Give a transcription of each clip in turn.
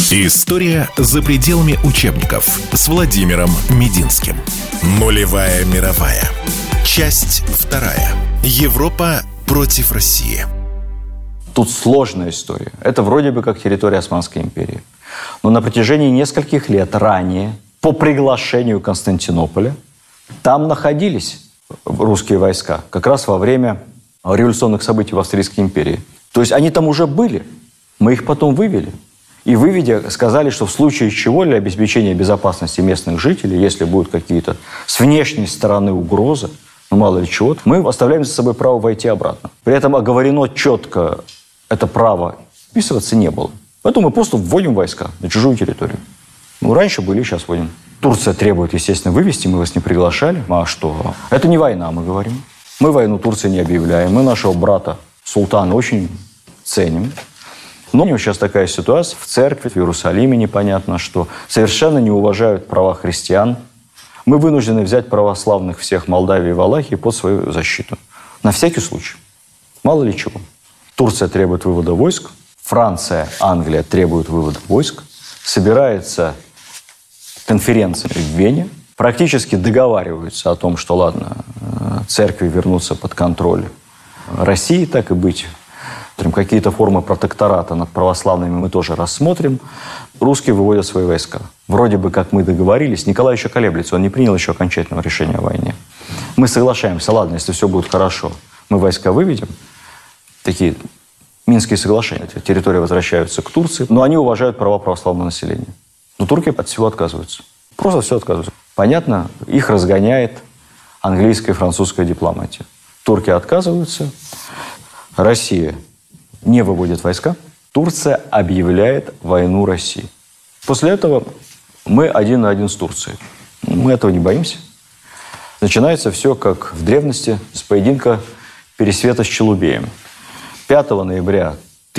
История за пределами учебников с Владимиром Мединским. Нулевая мировая. Часть 2. Европа против России. Тут сложная история. Это вроде бы как территория Османской империи. Но на протяжении нескольких лет ранее, по приглашению Константинополя, там находились русские войска, как раз во время революционных событий в Австрийской империи. То есть они там уже были. Мы их потом вывели. И выведя, сказали, что в случае чего для обеспечения безопасности местных жителей, если будут какие-то с внешней стороны угрозы, ну мало ли чего, мы оставляем за собой право войти обратно. При этом оговорено четко это право вписываться не было. Поэтому мы просто вводим войска на чужую территорию. Ну, раньше были, сейчас вводим. Турция требует, естественно, вывести, мы вас не приглашали. А что? Это не война, мы говорим. Мы войну Турции не объявляем. Мы нашего брата султана очень ценим. Но у него сейчас такая ситуация в церкви, в Иерусалиме непонятно, что совершенно не уважают права христиан. Мы вынуждены взять православных всех Молдавии и Валахии под свою защиту. На всякий случай. Мало ли чего. Турция требует вывода войск. Франция, Англия требуют вывода войск. Собирается конференция в Вене. Практически договариваются о том, что ладно, церкви вернутся под контроль России, так и быть. Какие-то формы протектората над православными мы тоже рассмотрим. Русские выводят свои войска. Вроде бы, как мы договорились, Николай еще колеблется, он не принял еще окончательного решения о войне. Мы соглашаемся, ладно, если все будет хорошо, мы войска выведем. Такие Минские соглашения. Территории возвращаются к Турции, но они уважают права православного населения. Но турки от всего отказываются. Просто все отказываются. Понятно, их разгоняет английская и французская дипломатия. Турки отказываются, Россия не выводит войска, Турция объявляет войну России. После этого мы 1 на 1 с Турцией. Мы этого не боимся. Начинается все, как в древности, с поединка Пересвета с Челубеем. 5 ноября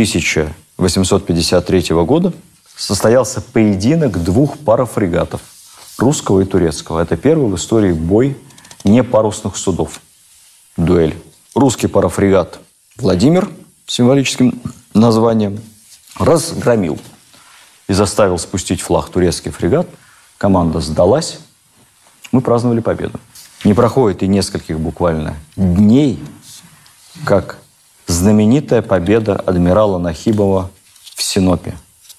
1853 года состоялся поединок 2 парофрегатов, русского и турецкого. Это первый в истории бой непарусных судов. Дуэль. Русский парофрегат «Владимир» символическим названием разгромил и заставил спустить флаг турецкий фрегат. Команда сдалась. Мы праздновали победу. Не проходит и нескольких буквально дней, как знаменитая победа адмирала Нахибова в Синопе.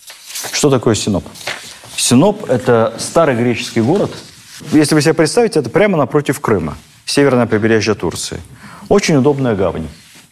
Что такое Синоп? Синоп – это старый греческий город. Если вы себе представите, это прямо напротив Крыма, северное побережье Турции. Очень удобная гавань.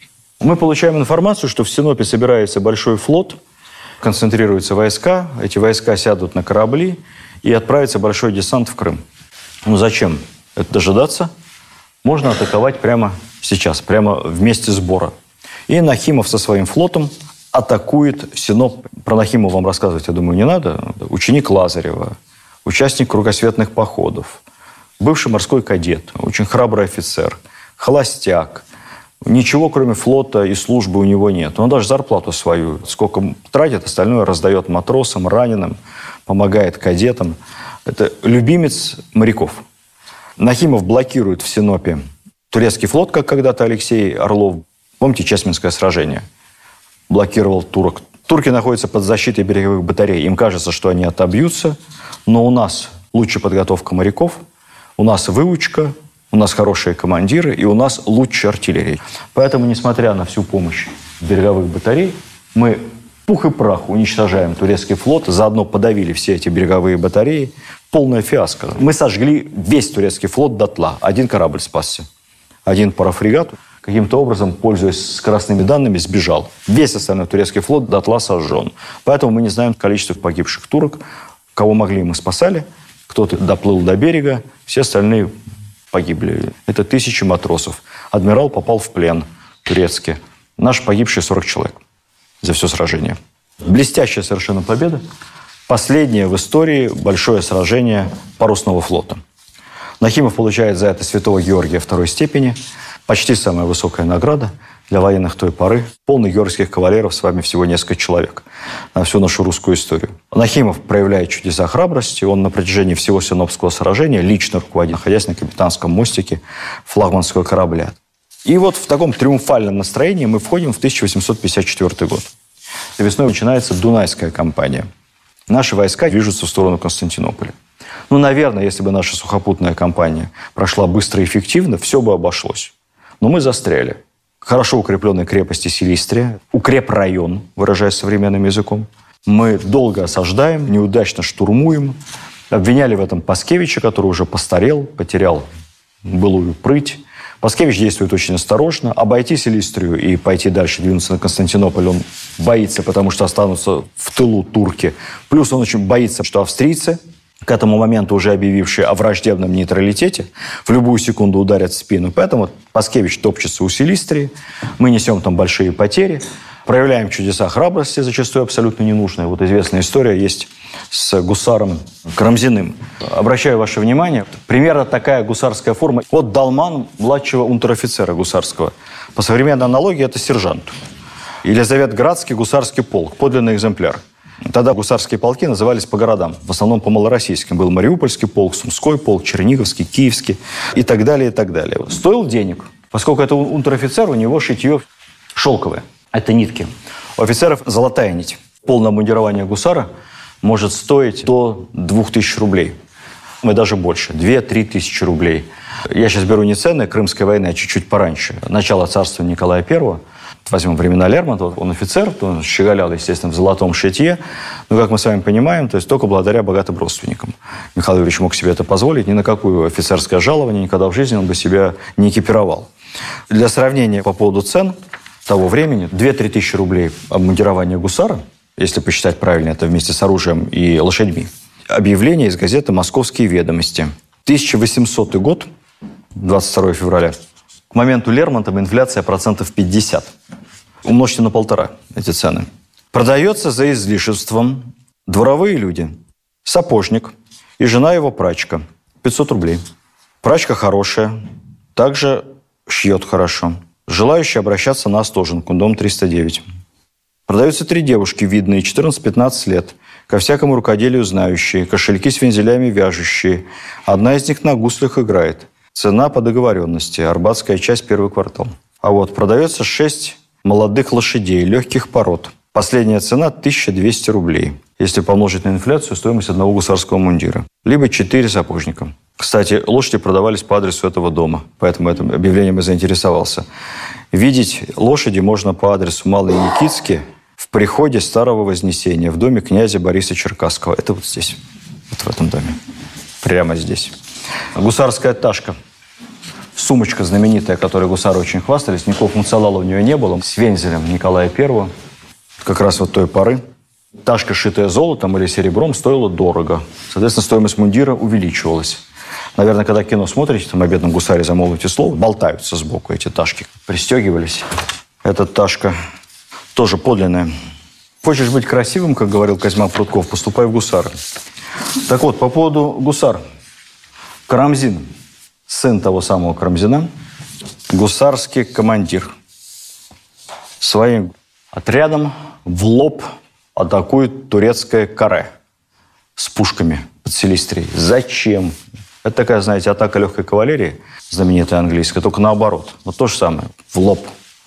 Мы получаем информацию, что в Синопе собирается большой флот, концентрируются войска, эти войска сядут на корабли и отправится большой десант в Крым. Ну зачем это дожидаться? Можно атаковать прямо сейчас, прямо в месте сбора. И Нахимов со своим флотом атакует Синоп. Про Нахимова вам рассказывать, я думаю, не надо. Ученик Лазарева, участник кругосветных походов, бывший морской кадет, очень храбрый офицер, холостяк. Ничего, кроме флота и службы, у него нет. Он даже зарплату свою, сколько тратит, остальное раздает матросам, раненым, помогает кадетам. Это любимец моряков. Нахимов блокирует в Синопе турецкий флот, как когда-то Алексей Орлов. Помните Чесменское сражение? Блокировал турок. Турки находятся под защитой береговых батарей. Им кажется, что они отобьются. Но у нас лучшая подготовка моряков, у нас выучка, у нас хорошие командиры, и у нас лучшая артиллерия. Поэтому, несмотря на всю помощь береговых батарей, мы пух и прах уничтожаем турецкий флот, заодно подавили все эти береговые батареи. Полная фиаско. Мы сожгли весь турецкий флот дотла. 1 корабль спасся. 1 парофрегат, каким-то образом, пользуясь скоростными данными, сбежал. Весь остальной турецкий флот дотла сожжен. Поэтому мы не знаем количество погибших турок. Кого могли, мы спасали. Кто-то доплыл до берега, все остальные погибли. Это 1000 матросов. Адмирал попал в плен турецкий. Наш погибший 40 человек за все сражение. Блестящая совершенно победа. Последнее в истории большое сражение парусного флота. Нахимов получает за это Святого Георгия 2 степени. Почти самая высокая награда для военных той поры. Полный георгиевских кавалеров с вами всего несколько человек на всю нашу русскую историю. Нахимов проявляет чудеса храбрости. Он на протяжении всего Синопского сражения лично руководит, находясь на капитанском мостике флагманского корабля. И вот в таком триумфальном настроении мы входим в 1854 год. И весной начинается Дунайская кампания. Наши войска движутся в сторону Константинополя. Наверное, если бы наша сухопутная кампания прошла быстро и эффективно, все бы обошлось. Но мы застряли. Хорошо укрепленной крепости Силистрия, укрепрайон, выражаясь современным языком. Мы долго осаждаем, неудачно штурмуем. Обвиняли в этом Паскевича, который уже постарел, потерял былую прыть. Паскевич действует очень осторожно. Обойти Силистрию и пойти дальше, двинуться на Константинополь он боится, потому что останутся в тылу турки. Плюс он очень боится, что австрийцы, к этому моменту уже объявившие о враждебном нейтралитете, в любую секунду ударят в спину. Поэтому Паскевич топчется у Силистрии, мы несем там большие потери, проявляем чудеса храбрости, зачастую абсолютно ненужные. Вот известная история есть с гусаром Карамзиным. Обращаю ваше внимание, примерно такая гусарская форма. Вот долман младшего унтер-офицера гусарского. По современной аналогии это сержант. Елизаветградский гусарский полк, подлинный экземпляр. Тогда гусарские полки назывались по городам, в основном по малороссийским. Был Мариупольский полк, Сумской полк, Черниговский, Киевский и так далее, и так далее. Стоил денег, поскольку это унтер-офицер, у него шитье шелковое. Это нитки. У офицеров золотая нить. Полное мундирование гусара может стоить до 2000 рублей. И даже больше. 2-3 тысячи рублей. Я сейчас беру не цены Крымской войны, а чуть-чуть пораньше. Начало царства Николая I. Возьмем времена Лермонтова. Он офицер, он щеголял, естественно, в золотом шитье. Но, как мы с вами понимаем, то есть только благодаря богатым родственникам. Михаил Юрьевич мог себе это позволить. Ни на какое офицерское жалование никогда в жизни он бы себя не экипировал. Для сравнения по поводу цен того времени, 2-3 тысячи рублей обмундирование гусара, если посчитать правильно, это вместе с оружием и лошадьми. Объявление из газеты «Московские ведомости». 1800 год, 22 февраля. К моменту Лермонтова инфляция 50%. Умножьте на 1,5 эти цены. Продается за излишеством дворовые люди. Сапожник и жена его прачка. 500 рублей. Прачка хорошая, также шьет хорошо. Желающие обращаться на Остоженку, дом 309. Продаются 3 девушки, видные, 14-15 лет. Ко всякому рукоделию знающие, кошельки с вензелями вяжущие. Одна из них на гуслях играет. Цена по договоренности. Арбатская часть, 1 квартал. А вот продается 6 молодых лошадей, легких пород. Последняя цена 1200 рублей. Если помножить на инфляцию, стоимость одного гусарского мундира. Либо 4 сапожника. Кстати, лошади продавались по адресу этого дома. Поэтому этим объявлением я заинтересовался. Видеть лошади можно по адресу Малый Никитский в приходе Старого Вознесения в доме князя Бориса Черкасского. Это вот здесь, вот в этом доме. Прямо здесь. Гусарская ташка. Сумочка знаменитая, которой гусары очень хвастались. Никакого функционала у нее не было. С вензелем Николая I. Как раз вот той поры. Ташка, шитая золотом или серебром, стоила дорого. Соответственно, стоимость мундира увеличивалась. Наверное, когда кино смотрите, там о бедном гусаре замолвите слово, болтаются сбоку эти ташки. Пристегивались. Эта ташка тоже подлинная. Хочешь быть красивым, как говорил Козьма Прутков, поступай в гусары. Так вот, по поводу гусар. Карамзин, сын того самого Карамзина, гусарский командир. Своим отрядом в лоб атакует турецкое каре с пушками под Силистрией. Зачем? Это такая, знаете, атака легкой кавалерии, знаменитая английская, только наоборот. Вот то же самое, в лоб.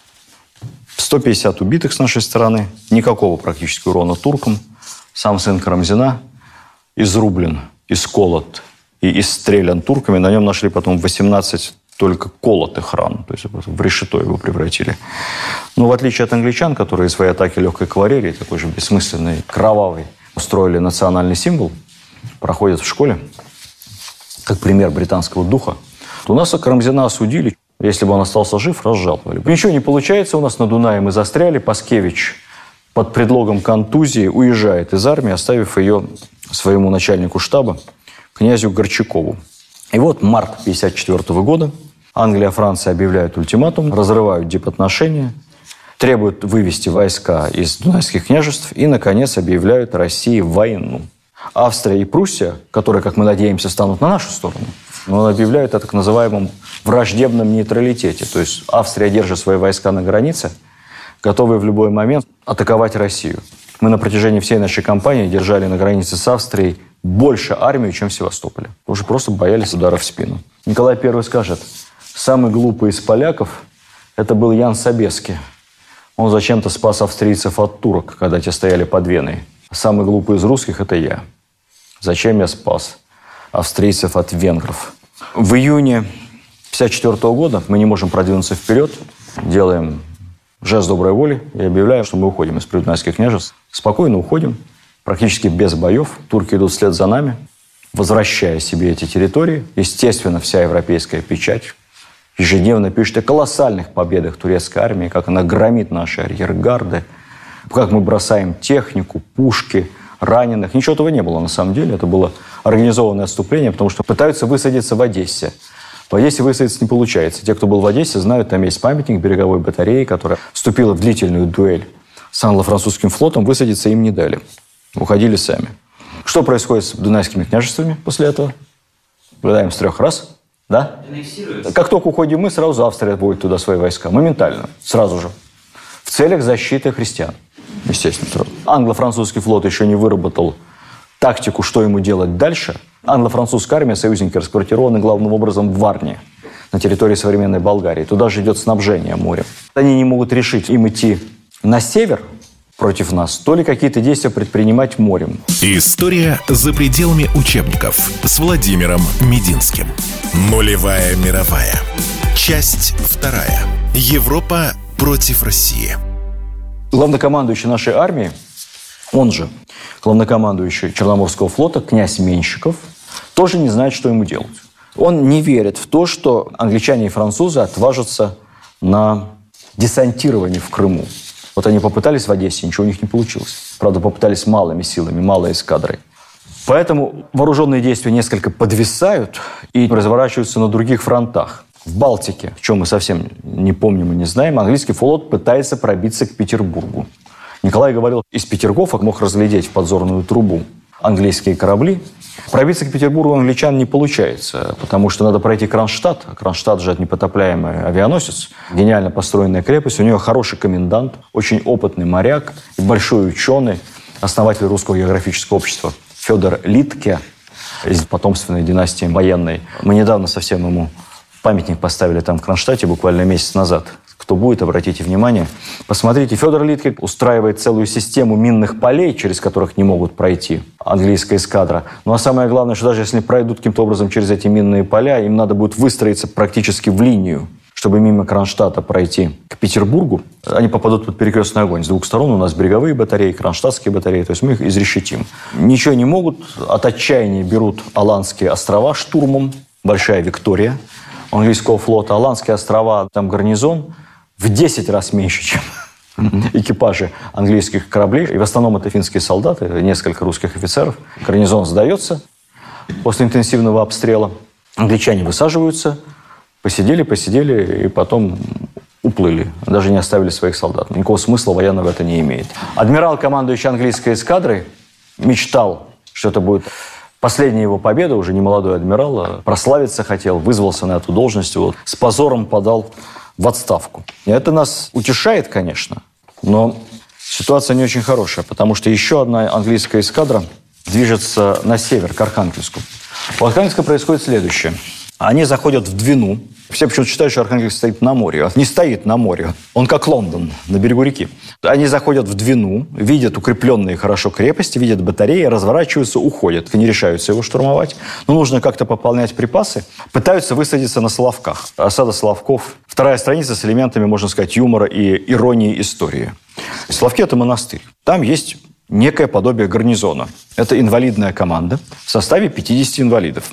150 убитых с нашей стороны, никакого практически урона туркам. Сам сын Карамзина изрублен, исколот и исстрелян турками. На нем нашли потом 18 только колотых ран. То есть в решето его превратили. Но в отличие от англичан, которые свои атаки легкой кавалерии, такой же бессмысленной, кровавой, устроили национальный символ, проходят в школе, как пример британского духа, то у нас Карамзина осудили. Если бы он остался жив, разжаловали. Ничего не получается у нас на Дунае, мы застряли. Паскевич под предлогом контузии уезжает из армии, оставив ее своему начальнику штаба, князю Горчакову. И вот март 1954 года Англия и Франция объявляют ультиматум, разрывают дипотношения, требуют вывести войска из Дунайских княжеств и, наконец, объявляют России войну. Австрия и Пруссия, которые, как мы надеемся, станут на нашу сторону, но объявляют о так называемом враждебном нейтралитете. То есть Австрия держит свои войска на границе, готовые в любой момент атаковать Россию. Мы на протяжении всей нашей кампании держали на границе с Австрией больше армию, чем в Севастополе. Уже просто боялись удара в спину. Николай I скажет, самый глупый из поляков – это был Ян Собеский. Он зачем-то спас австрийцев от турок, когда те стояли под Веной. Самый глупый из русских – это я. Зачем я спас австрийцев от венгров? В июне 1954 года мы не можем продвинуться вперед, делаем жест доброй воли и объявляем, что мы уходим из Придунайских княжеств. Спокойно уходим, практически без боев. Турки идут вслед за нами, возвращая себе эти территории. Естественно, вся европейская печать ежедневно пишет о колоссальных победах турецкой армии, как она громит наши арьергарды, как мы бросаем технику, пушки, раненых. Ничего этого не было на самом деле. Это было организованное отступление, потому что пытаются высадиться в Одессе. В Одессе высадиться не получается. Те, кто был в Одессе, знают, там есть памятник береговой батареи, которая вступила в длительную дуэль с англо-французским флотом. Высадиться им не дали. Уходили сами. Что происходит с Дунайскими княжествами после этого? Наблюдаем с 3 раз. Да? Как только уходим мы, сразу Австрия отводит туда свои войска. Моментально. Сразу же. В целях защиты христиан. Естественно, сразу. Англо-французский флот еще не выработал тактику, что ему делать дальше. Англо-французская армия, союзники расквартированы главным образом в Варне, на территории современной Болгарии. Туда же идет снабжение морем. Они не могут решить, им идти на север против нас, то ли какие-то действия предпринимать морем. История за пределами учебников с Владимиром Мединским. Нулевая мировая. Часть 2. Европа против России. Главнокомандующий нашей армии, он же главнокомандующий Черноморского флота, князь Меньшиков, тоже не знает, что ему делать. Он не верит в то, что англичане и французы отважатся на десантирование в Крыму. Вот они попытались в Одессе, ничего у них не получилось. Правда, попытались малыми силами, малой эскадрой. Поэтому вооруженные действия несколько подвисают и разворачиваются на других фронтах. В Балтике, о чем мы совсем не помним и не знаем, английский флот пытается пробиться к Петербургу. Николай говорил, из Петергофа мог разглядеть в подзорную трубу английские корабли. Пробиться к Петербургу англичан не получается, потому что надо пройти Кронштадт. Кронштадт же непотопляемый авианосец, гениально построенная крепость. У нее хороший комендант, очень опытный моряк и большой ученый, основатель Русского географического общества Федор Литке из потомственной династии военной. Мы недавно совсем ему памятник поставили там в Кронштадте, буквально месяц назад. Кто будет, обратите внимание. Посмотрите, Федор Литке устраивает целую систему минных полей, через которых не могут пройти английская эскадра. Ну а самое главное, что даже если пройдут каким-то образом через эти минные поля, им надо будет выстроиться практически в линию, чтобы мимо Кронштадта пройти к Петербургу. Они попадут под перекрестный огонь. С двух сторон у нас береговые батареи, кронштадтские батареи, то есть мы их изрешетим. Ничего не могут, от отчаяния берут Аландские острова штурмом, Большая Виктория английского флота. Аландские острова, там гарнизон в 10 раз меньше, чем экипажи английских кораблей. И в основном это финские солдаты, несколько русских офицеров. Гарнизон сдается после интенсивного обстрела. Англичане высаживаются, посидели и потом уплыли. Даже не оставили своих солдат. Никакого смысла военного это не имеет. Адмирал, командующий английской эскадрой, мечтал, что это будет последняя его победа, уже не молодой адмирал, прославиться хотел, вызвался на эту должность, вот, с позором подал в отставку. И это нас утешает, конечно, но ситуация не очень хорошая, потому что еще одна английская эскадра движется на север, к Архангельску. У Архангельска происходит следующее. Они заходят в Двину. Все почему-то считают, что Архангельск стоит на море. Не стоит на море. Он как Лондон, на берегу реки. Они заходят в Двину, видят укрепленные хорошо крепости, видят батареи, разворачиваются, уходят. Не решаются его штурмовать. Но нужно как-то пополнять припасы. Пытаются высадиться на Соловках. Осада Соловков. 2-я страница с элементами, можно сказать, юмора и иронии истории. Соловки – это монастырь. Там есть некое подобие гарнизона. Это инвалидная команда в составе 50 инвалидов.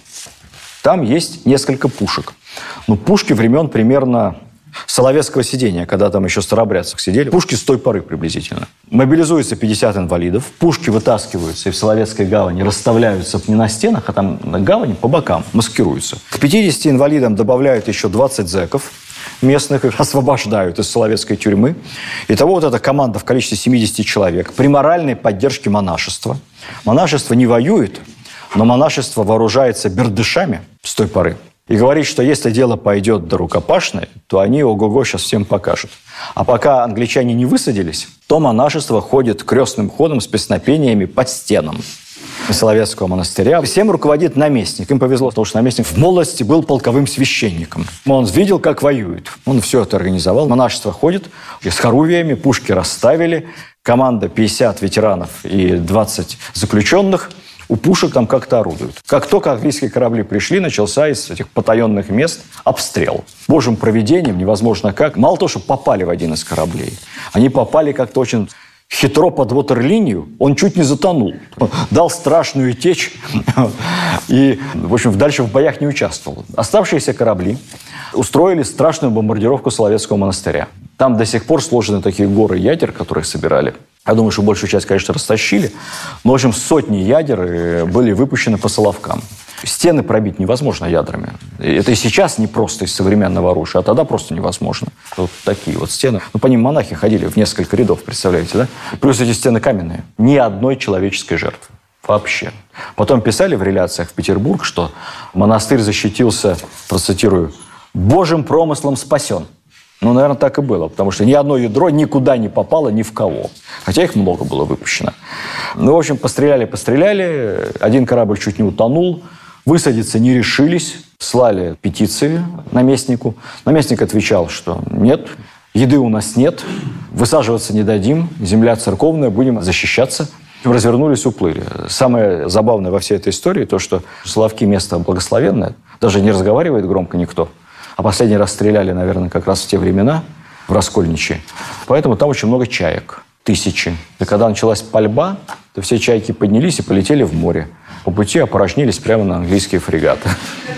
Там есть несколько пушек. Ну, пушки времен примерно Соловецкого сидения, когда там еще старообрядцев сидели. Пушки с той поры приблизительно. Мобилизуется 50 инвалидов, пушки вытаскиваются и в Соловецкой гавани расставляются не на стенах, а там на гавани по бокам маскируются. К 50 инвалидам добавляют еще 20 зэков местных, их освобождают из Соловецкой тюрьмы. Итого вот эта команда в количестве 70 человек при моральной поддержке монашества. Монашество не воюет, но монашество вооружается бердышами с той поры. И говорит, что если дело пойдет до рукопашной, то они ого-го сейчас всем покажут. А пока англичане не высадились, то монашество ходит крестным ходом с песнопениями по стенам Соловецкого монастыря. Всем руководит наместник. Им повезло, потому что наместник в молодости был полковым священником. Он видел, как воюют. Он все это организовал. Монашество ходит с хорувиями, пушки расставили. команда 50 ветеранов и 20 заключенных у пушек там как-то орудуют. Как только английские корабли пришли, начался из этих потаенных мест обстрел. Божьим провидением, невозможно как, мало того, что попали в один из кораблей, они попали как-то очень хитро под ватерлинию, он чуть не затонул. Дал страшную течь и, в общем, дальше в боях не участвовал. Оставшиеся корабли устроили страшную бомбардировку Соловецкого монастыря. Там до сих пор сложены такие горы ядер, которые собирали. Я думаю, что большую часть, конечно, растащили. Но, в общем, сотни ядер были выпущены по Соловкам. Стены пробить невозможно ядрами. Это и сейчас не просто из современного оружия, а тогда просто невозможно. Вот такие вот стены. Ну, по ним монахи ходили в несколько рядов, представляете, да? Плюс эти стены каменные. Ни одной человеческой жертвы. Вообще. Потом писали в реляциях в Петербург, что монастырь защитился, процитирую, «Божьим промыслом спасен». Ну, наверное, так и было, потому что ни одно ядро никуда не попало ни в кого. Хотя их много было выпущено. Ну, в общем, постреляли. Один корабль чуть не утонул. Высадиться не решились. Слали петиции наместнику. Наместник отвечал, что нет, еды у нас нет, высаживаться не дадим, земля церковная, будем защищаться. Развернулись, уплыли. Самое забавное во всей этой истории то, что Соловки место благословенное, даже не разговаривает громко никто. А последний раз стреляли, наверное, как раз в те времена, в Раскольничье. Поэтому там очень много чаек, тысячи. И когда началась пальба, то все чайки поднялись и полетели в море. По пути опорожнились прямо на английские фрегаты.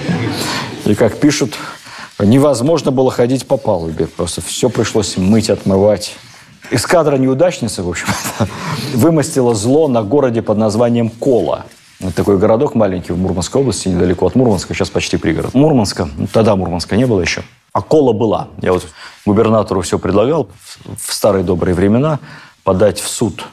И, как пишут, невозможно было ходить по палубе. Просто все пришлось мыть, отмывать. Эскадра неудачницы, в общем, вымостила зло на городе под названием Кола. Это такой городок маленький в Мурманской области, недалеко от Мурманска, сейчас почти пригород. Мурманска, тогда Мурманска не было еще, а Кола была. Я вот губернатору все предлагал в старые добрые времена подать в суд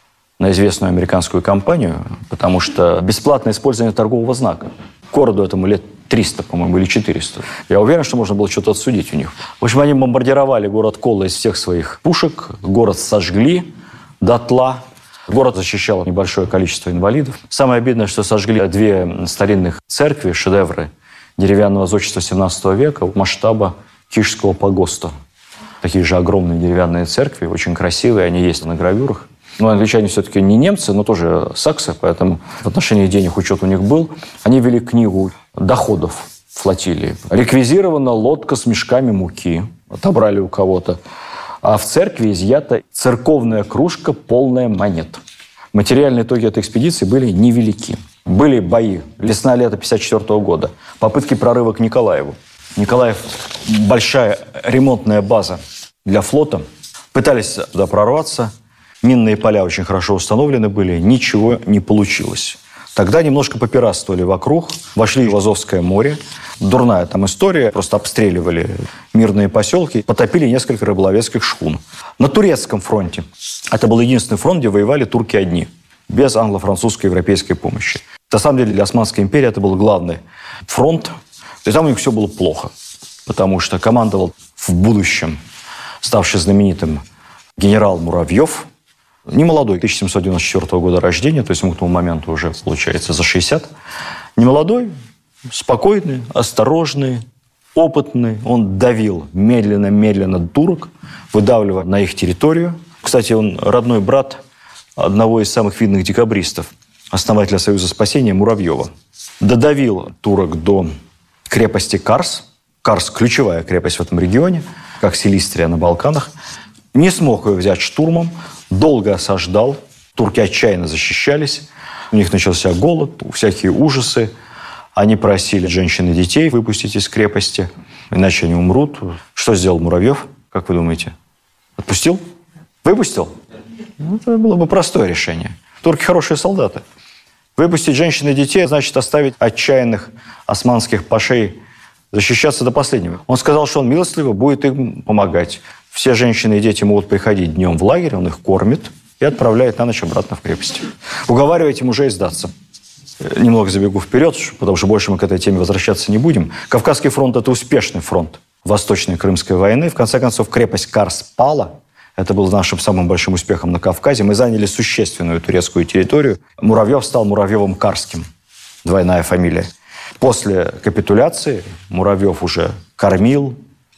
на известную американскую компанию, потому что бесплатное использование торгового знака. Городу этому лет 300, по-моему, или 400. Я уверен, что можно было что-то отсудить у них. В общем, они бомбардировали город Кола из всех своих пушек, город сожгли дотла. Город защищал небольшое количество инвалидов. Самое обидное, что сожгли 2 старинных церкви, шедевры деревянного зодчества 17 века масштаба Кишского погоста. Такие же огромные деревянные церкви, очень красивые, они есть на гравюрах. Но англичане все-таки не немцы, но тоже саксы, поэтому в отношении денег учет у них был. Они вели книгу доходов флотилии. Реквизирована лодка с мешками муки, отобрали у кого-то. А в церкви изъята церковная кружка, полная монет. Материальные итоги этой экспедиции были невелики. Были бои. Весна-лето 1954 года. Попытки прорыва к Николаеву. Николаев – большая ремонтная база для флота. Пытались туда прорваться. Минные поля очень хорошо установлены были. Ничего не получилось. Тогда немножко попиратствовали вокруг. Вошли в Азовское море. Дурная там история. Просто обстреливали мирные поселки. Потопили несколько рыболовецких шхун. На турецком фронте. Это был единственный фронт, где воевали турки одни. Без англо-французской европейской помощи. На самом деле для Османской империи это был главный фронт. И там у них все было плохо. Потому что командовал в будущем ставший знаменитым генерал Муравьев. Не молодой, 1794 года рождения. То есть ему к тому моменту уже, получается, за 60. Не молодой. Спокойный, осторожный, опытный. Он давил медленно-медленно турок, выдавливая на их территорию. Кстати, он родной брат одного из самых видных декабристов, основателя Союза спасения Муравьева. Додавил турок до крепости Карс. Карс – ключевая крепость в этом регионе, как Силистрия на Балканах. Не смог ее взять штурмом, долго осаждал. Турки отчаянно защищались. У них начался голод, всякие ужасы. Они просили женщин и детей выпустить из крепости, иначе они умрут. Что сделал Муравьев, как вы думаете? Отпустил? Выпустил? Ну, это было бы простое решение. Турки хорошие солдаты. Выпустить женщин и детей значит оставить отчаянных османских пашей защищаться до последнего. Он сказал, что он милостливо будет им помогать. Все женщины и дети могут приходить днем в лагерь, он их кормит и отправляет на ночь обратно в крепость. Уговаривает им уже и сдаться. Немного забегу вперед, потому что больше мы к этой теме возвращаться не будем. Кавказский фронт – это успешный фронт Восточной Крымской войны. В конце концов, крепость Карс пала. Это был нашим самым большим успехом на Кавказе. Мы заняли существенную турецкую территорию. Муравьев стал Муравьевым Карским. Двойная фамилия. После капитуляции Муравьев уже кормил,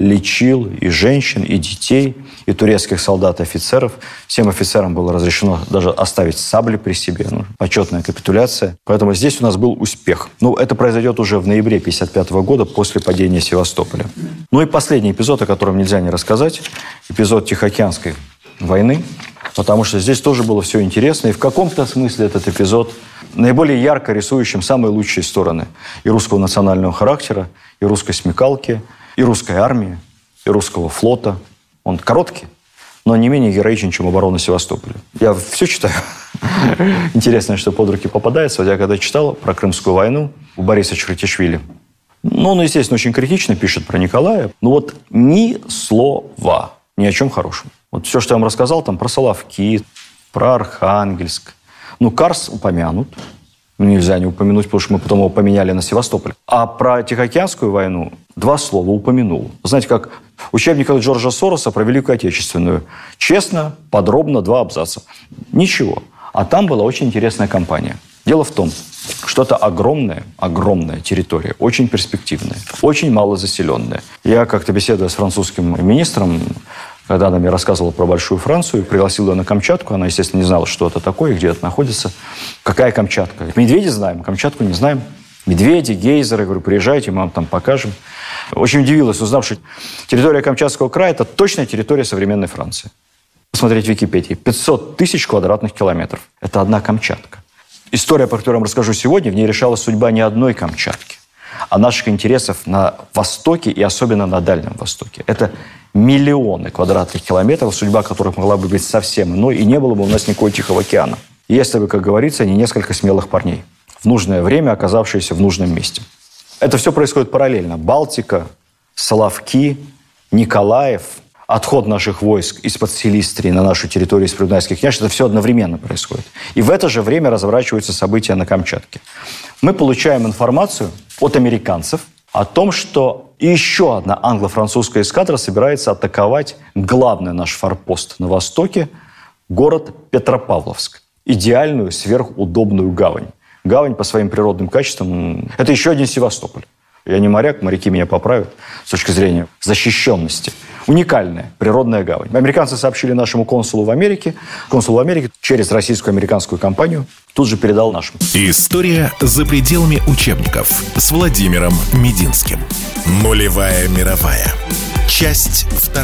лечил и женщин, и детей, и турецких солдат, и офицеров. Всем офицерам было разрешено даже оставить сабли при себе. Почетная капитуляция. Поэтому здесь у нас был успех. Это произойдет уже в ноябре 1955 года после падения Севастополя. И последний эпизод, о котором нельзя не рассказать. Эпизод Тихоокеанской войны. Потому что здесь тоже было все интересно. И в каком-то смысле этот эпизод наиболее ярко рисующим самые лучшие стороны и русского национального характера, и русской смекалки, и русской армии, и русского флота. Он короткий, но не менее героичен, чем оборона Севастополя. Я все читаю. Интересно, что под руки попадается. Я когда читал про Крымскую войну у Бориса Чхартишвили, он, естественно, очень критично пишет про Николая, но ни слова, ни о чем хорошем. Все, что я вам рассказал, там про Соловки, про Архангельск. Карс упомянут. Нельзя не упомянуть, потому что мы потом его поменяли на Севастополь. А про Тихоокеанскую войну 2 слова упомянул. Знаете, как учебник Джорджа Сороса про Великую Отечественную. Честно, подробно, 2 абзаца. Ничего. А там была очень интересная кампания. Дело в том, что это огромная территория, очень перспективная, очень малозаселенная. Я как-то, беседуя с французским министром, когда она мне рассказывала про Большую Францию, пригласил ее на Камчатку. Она, естественно, не знала, что это такое, где это находится. Какая Камчатка? Медведи знаем, Камчатку не знаем. Медведи, гейзеры. Говорю, приезжайте, мы вам там покажем. Очень удивилась, узнав, что территория Камчатского края – это точная территория современной Франции. Посмотреть в Википедии. 500 тысяч квадратных километров. Это одна Камчатка. История, про которую я вам расскажу сегодня, в ней решалась судьба не одной Камчатки, а наших интересов на Востоке и особенно на Дальнем Востоке. Это миллионы квадратных километров, судьба которых могла бы быть совсем иной, и не было бы у нас никакого Тихого океана. Если бы, как говорится, не несколько смелых парней, в нужное время оказавшиеся в нужном месте. Это все происходит параллельно. Балтика, Соловки, Николаев, отход наших войск из-под Силистрии на нашу территорию из Придунайских княжеств, это все одновременно происходит. И в это же время разворачиваются события на Камчатке. Мы получаем информацию от американцев о том, что еще одна англо-французская эскадра собирается атаковать главный наш форпост на востоке, город Петропавловск. Идеальную, сверхудобную гавань. Гавань по своим природным качествам – это еще один Севастополь. Я не моряк, моряки меня поправят с точки зрения защищенности. Уникальная природная гавань. Американцы сообщили нашему консулу в Америке. Консул в Америке через российско-американскую компанию тут же передал нашим. История за пределами учебников с Владимиром Мединским. Нулевая мировая. Часть 2.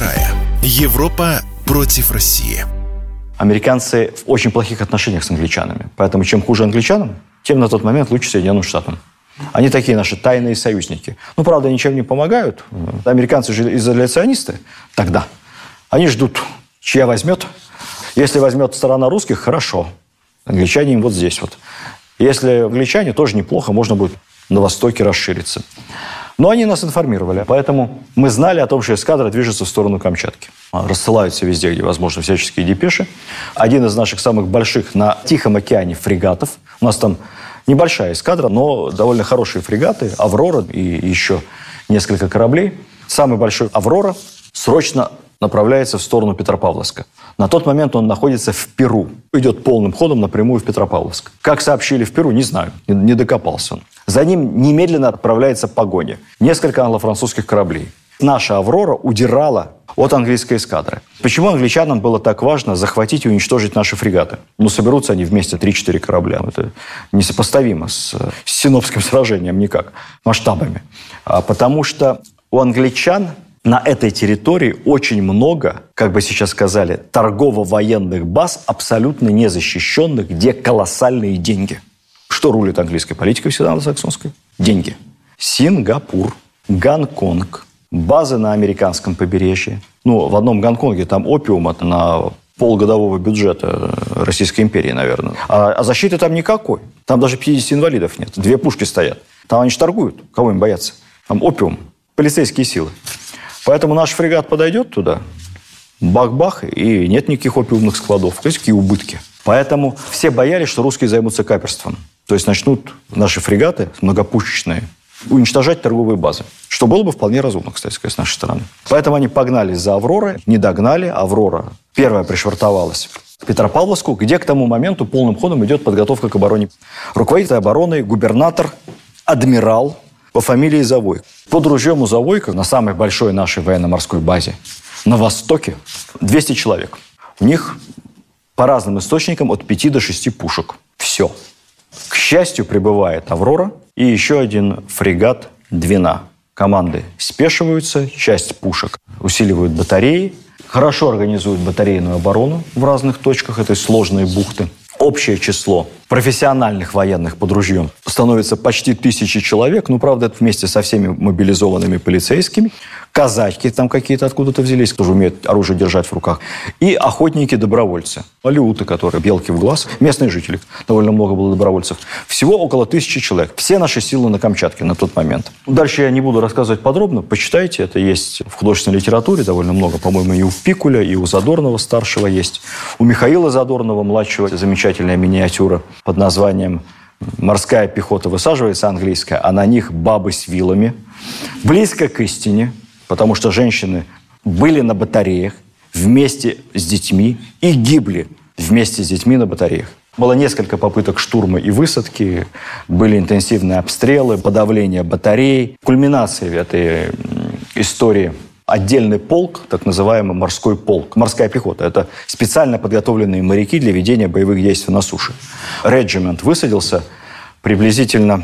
Европа против России. Американцы в очень плохих отношениях с англичанами. Поэтому чем хуже англичанам, тем на тот момент лучше Соединенным Штатам. Они такие наши тайные союзники. Правда, ничем не помогают. Американцы же изоляционисты тогда. Они ждут, чья возьмет. Если возьмет сторона русских, хорошо. Англичане им вот здесь вот. Если англичане, тоже неплохо, можно будет на востоке расшириться. Но они нас информировали. Поэтому мы знали о том, что эскадра движется в сторону Камчатки. Рассылаются везде, где возможно, всяческие депеши. Один из наших самых больших на Тихом океане фрегатов. У нас там небольшая эскадра, но довольно хорошие фрегаты. «Аврора» и еще несколько кораблей. Самый большой «Аврора» срочно направляется в сторону Петропавловска. На тот момент он находится в Перу. Идет полным ходом напрямую в Петропавловск. Как сообщили в Перу, не знаю. Не докопался он. За ним немедленно отправляется погоня. Несколько англо-французских кораблей. Наша «Аврора» удирала от английской эскадры. Почему англичанам было так важно захватить и уничтожить наши фрегаты? Соберутся они вместе 3-4 корабля. Это несопоставимо с Синопским сражением никак, масштабами. Потому что у англичан на этой территории очень много, как бы сейчас сказали, торгово-военных баз, абсолютно незащищенных, где колоссальные деньги. Что рулит английской политикой всегда англосаксонской? Деньги. Сингапур, Гонконг, базы на американском побережье. В одном Гонконге там опиум на полгодового бюджета Российской империи, наверное. А защиты там никакой. Там даже 50 инвалидов нет. 2 пушки стоят. Там они ж торгуют. Кого им бояться? Там опиум. Полицейские силы. Поэтому наш фрегат подойдет туда, бах-бах, и нет никаких опиумных складов. Знаете, какие убытки. Поэтому все боялись, что русские займутся каперством. То есть начнут наши фрегаты многопушечные уничтожать торговые базы. Что было бы вполне разумно, кстати сказать, с нашей стороны. Поэтому они погнались за «Авророй», не догнали. «Аврора» первая пришвартовалась к Петропавловску, где к тому моменту полным ходом идет подготовка к обороне. Руководитель обороны, губернатор, адмирал, по фамилии Завойко. Под ружьем у Завойко на самой большой нашей военно-морской базе на Востоке 200 человек. У них по разным источникам от 5 до 6 пушек. Все. К счастью, прибывает «Аврора» и еще один фрегат «Двина». Команды спешиваются, часть пушек усиливают батареи, хорошо организуют батарейную оборону в разных точках этой сложной бухты. Общее число профессиональных военных под ружьем становится почти 1000 человек. Ну, правда, это вместе со всеми мобилизованными полицейскими. Казачки там какие-то откуда-то взялись, тоже умеют оружие держать в руках. И охотники-добровольцы. Алеуты, которые белки в глаз. Местные жители. Довольно много было добровольцев. Всего около 1000 человек. Все наши силы на Камчатке на тот момент. Дальше я не буду рассказывать подробно. Почитайте. Это есть в художественной литературе довольно много. По-моему, и у Пикуля, и у Задорнова старшего есть. У Михаила Задорнова младшего замечательная миниатюра под названием «Морская пехота высаживается», английская, а на них бабы с вилами. Близко к истине, потому что женщины были на батареях вместе с детьми и гибли вместе с детьми на батареях. Было несколько попыток штурма и высадки, были интенсивные обстрелы, подавление батарей. Кульминацией этой истории отдельный полк, так называемый морской полк. Морская пехота – это специально подготовленные моряки для ведения боевых действий на суше. Регимент высадился приблизительно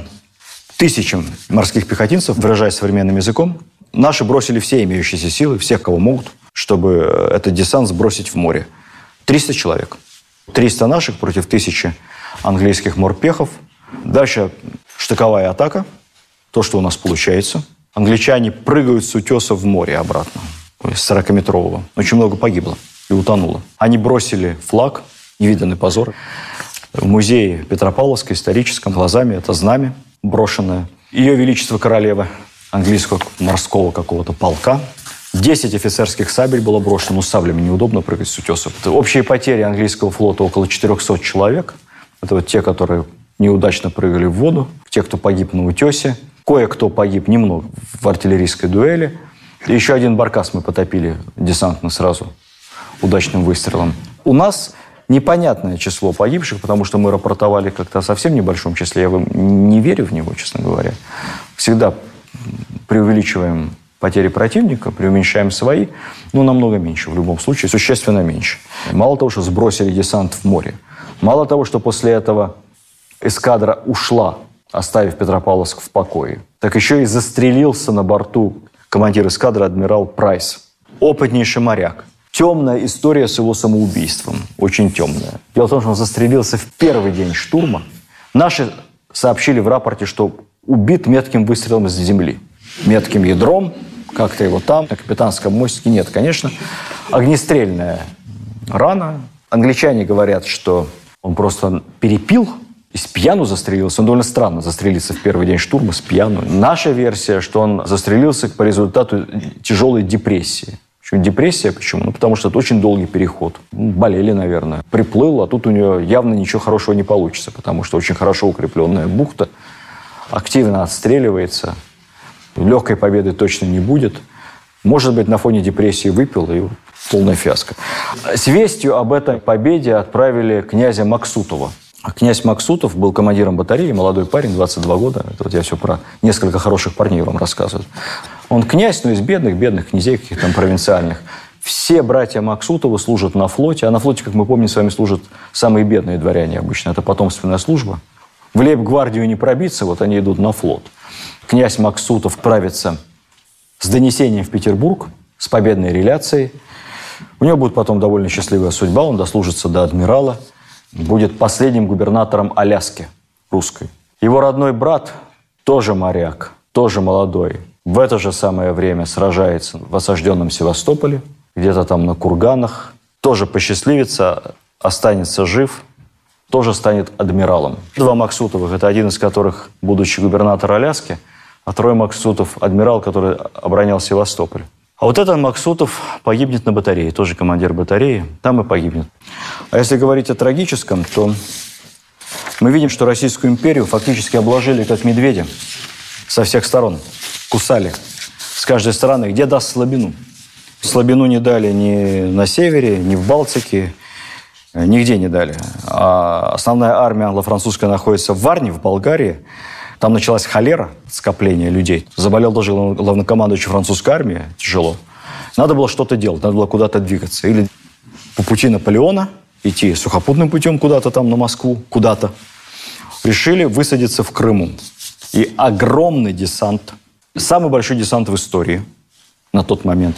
1000 морских пехотинцев, выражаясь современным языком. Наши бросили все имеющиеся силы, всех, кого могут, чтобы этот десант сбросить в море. 300 человек. 300 наших против 1000 английских морпехов. Дальше штыковая атака. То, что у нас получается. Англичане прыгают с утеса в море обратно, с 40-метрового. Очень много погибло и утонуло. Они бросили флаг, невиданный позор. В музее Петропавловска, историческом, глазами это знамя брошенное. Ее Величество Королева английского морского какого-то полка. 10 офицерских сабель было брошено. Ну, с саблями неудобно прыгать с утеса. Общие потери английского флота около 400 человек. Это вот те, которые неудачно прыгали в воду, те, кто погиб на утесе. Кое-кто погиб немного в артиллерийской дуэли. И еще один баркас мы потопили десантно сразу удачным выстрелом. У нас непонятное число погибших, потому что мы рапортовали как-то о совсем небольшом числе. Я не верю в него, честно говоря. Всегда преувеличиваем потери противника, преуменьшаем свои, но намного меньше в любом случае, существенно меньше. Мало того, что сбросили десант в море, мало того, что после этого эскадра ушла, оставив Петропавловск в покое, так еще и застрелился на борту командир эскадры адмирал Прайс. Опытнейший моряк. Темная история с его самоубийством. Очень темная. Дело в том, что он застрелился в первый день штурма. Наши сообщили в рапорте, что убит метким выстрелом из земли. Метким ядром, как-то его там, на капитанском мостике. Нет, конечно. Огнестрельная рана. Англичане говорят, что он просто перепил и с пьяну застрелился. Он довольно странно застрелиться в первый день штурма с пьяну. Наша версия, что он застрелился по результату тяжелой депрессии. Почему депрессия? Почему? Ну, потому что это очень долгий переход. Болели, наверное. Приплыл, а тут у него явно ничего хорошего не получится, потому что очень хорошо укрепленная бухта, активно отстреливается. Легкой победы точно не будет. Может быть, на фоне депрессии выпил, и полная фиаско. С вестью об этой победе отправили князя Максутова. Князь Максутов был командиром батареи, молодой парень, 22 года. Это вот я все про несколько хороших парней вам рассказываю. Он князь, но из бедных князей, каких-то там провинциальных. Все братья Максутовы служат на флоте, а на флоте, как мы помним, с вами служат самые бедные дворяне обычно. Это потомственная служба. В лейб-гвардию не пробиться, вот они идут на флот. Князь Максутов правится с донесением в Петербург, с победной реляцией. У него будет потом довольно счастливая судьба, он дослужится до адмирала, будет последним губернатором Аляски русской. Его родной брат, тоже моряк, тоже молодой, в это же самое время сражается в осажденном Севастополе, где-то там на курганах, тоже посчастливится, останется жив, тоже станет адмиралом. Два Максутовых, это один из которых будущий губернатор Аляски, а второй Максутов – адмирал, который оборонял Севастополь. А вот этот Максутов погибнет на батарее, тоже командир батареи, там и погибнет. А если говорить о трагическом, то мы видим, что Российскую империю фактически обложили как медведя со всех сторон, кусали с каждой стороны, где даст слабину. Слабину не дали ни на севере, ни в Балтике, нигде не дали. А основная армия англо-французская находится в Варне, в Болгарии. Там началась холера, скопление людей. Заболел даже главнокомандующий французской армии, тяжело. Надо было что-то делать, надо было куда-то двигаться. Или по пути Наполеона идти сухопутным путем куда-то там на Москву, куда-то. Решили высадиться в Крыму. И огромный десант, самый большой десант в истории на тот момент,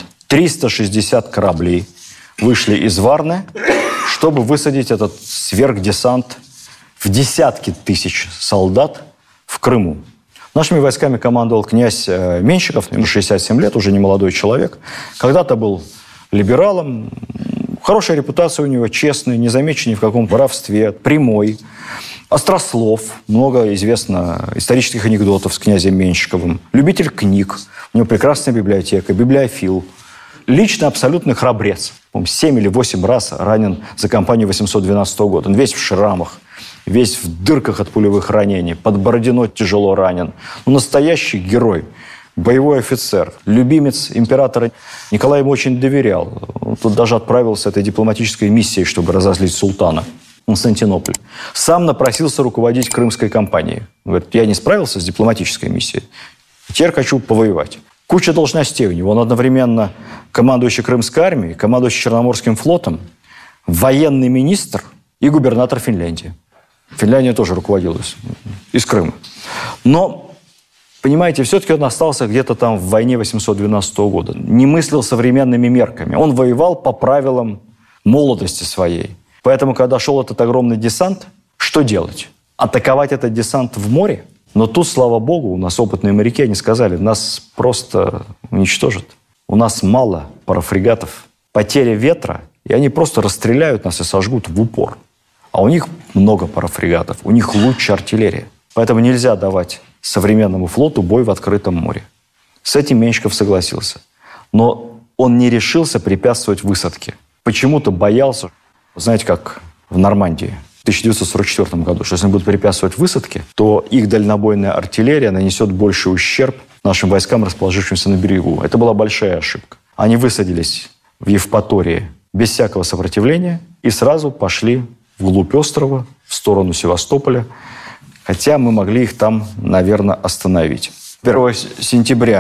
360 кораблей вышли из Варны, чтобы высадить этот сверхдесант в десятки тысяч солдат в Крыму. Нашими войсками командовал князь Меньшиков, ему 67 лет, уже не молодой человек. Когда-то был либералом, хорошая репутация у него, честный, не замечен ни в каком воровстве, прямой. Острослов, много известно исторических анекдотов с князем Меньшиковым. Любитель книг, у него прекрасная библиотека, библиофил. Лично абсолютный храбрец. 7 или 8 раз ранен за кампанию 812 года. Он весь в шрамах, весь в дырках от пулевых ранений, под Бородино тяжело ранен. Настоящий герой, боевой офицер, любимец императора. Николай ему очень доверял. Он тут даже отправился с этой дипломатической миссией, чтобы разозлить султана. Константинополь. Сам напросился руководить крымской кампанией. Говорит, я не справился с дипломатической миссией, теперь хочу повоевать. Куча должностей у него. Он одновременно командующий Крымской армией, командующий Черноморским флотом, военный министр и губернатор Финляндии. Финляндия тоже руководилась из Крыма. Но, понимаете, все-таки он остался где-то там в войне 812 года. Не мыслил современными мерками. Он воевал по правилам молодости своей. Поэтому, когда шел этот огромный десант, что делать? Атаковать этот десант в море? Но тут, слава богу, у нас опытные моряки, они сказали, нас просто уничтожат. У нас мало парафрегатов. Потеря ветра, и они просто расстреляют нас и сожгут в упор. А у них много парафрегатов, у них лучшая артиллерия. Поэтому нельзя давать современному флоту бой в открытом море. С этим Меньшиков согласился. Но он не решился препятствовать высадке. Почему-то боялся, знаете, как в Нормандии в 1944 году, что если они будут препятствовать высадке, то их дальнобойная артиллерия нанесет больший ущерб нашим войскам, расположившимся на берегу. Это была большая ошибка. Они высадились в Евпатории без всякого сопротивления и сразу пошли вглубь острова, в сторону Севастополя, хотя мы могли их там, наверное, остановить. 1 сентября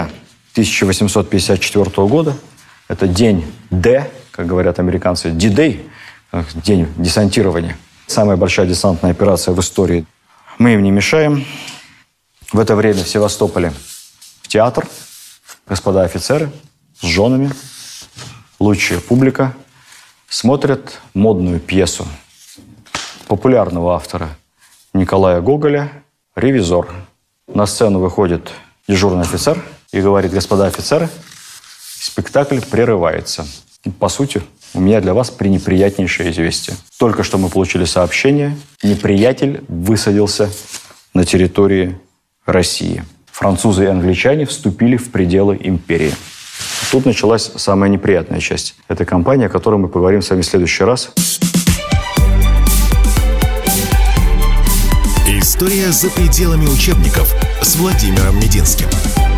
1854 года, это день Д, как говорят американцы, D-Day, день десантирования. Самая большая десантная операция в истории. Мы им не мешаем. В это время в Севастополе в театр. Господа офицеры с женами, лучшая публика смотрят модную пьесу популярного автора Николая Гоголя «Ревизор». На сцену выходит дежурный офицер и говорит: господа офицеры, спектакль прерывается. По сути, у меня для вас пренеприятнейшее известие. Только что мы получили сообщение, неприятель высадился на территории России. Французы и англичане вступили в пределы империи. Тут началась самая неприятная часть этой кампании, о которой мы поговорим с вами в следующий раз. История за пределами учебников с Владимиром Мединским.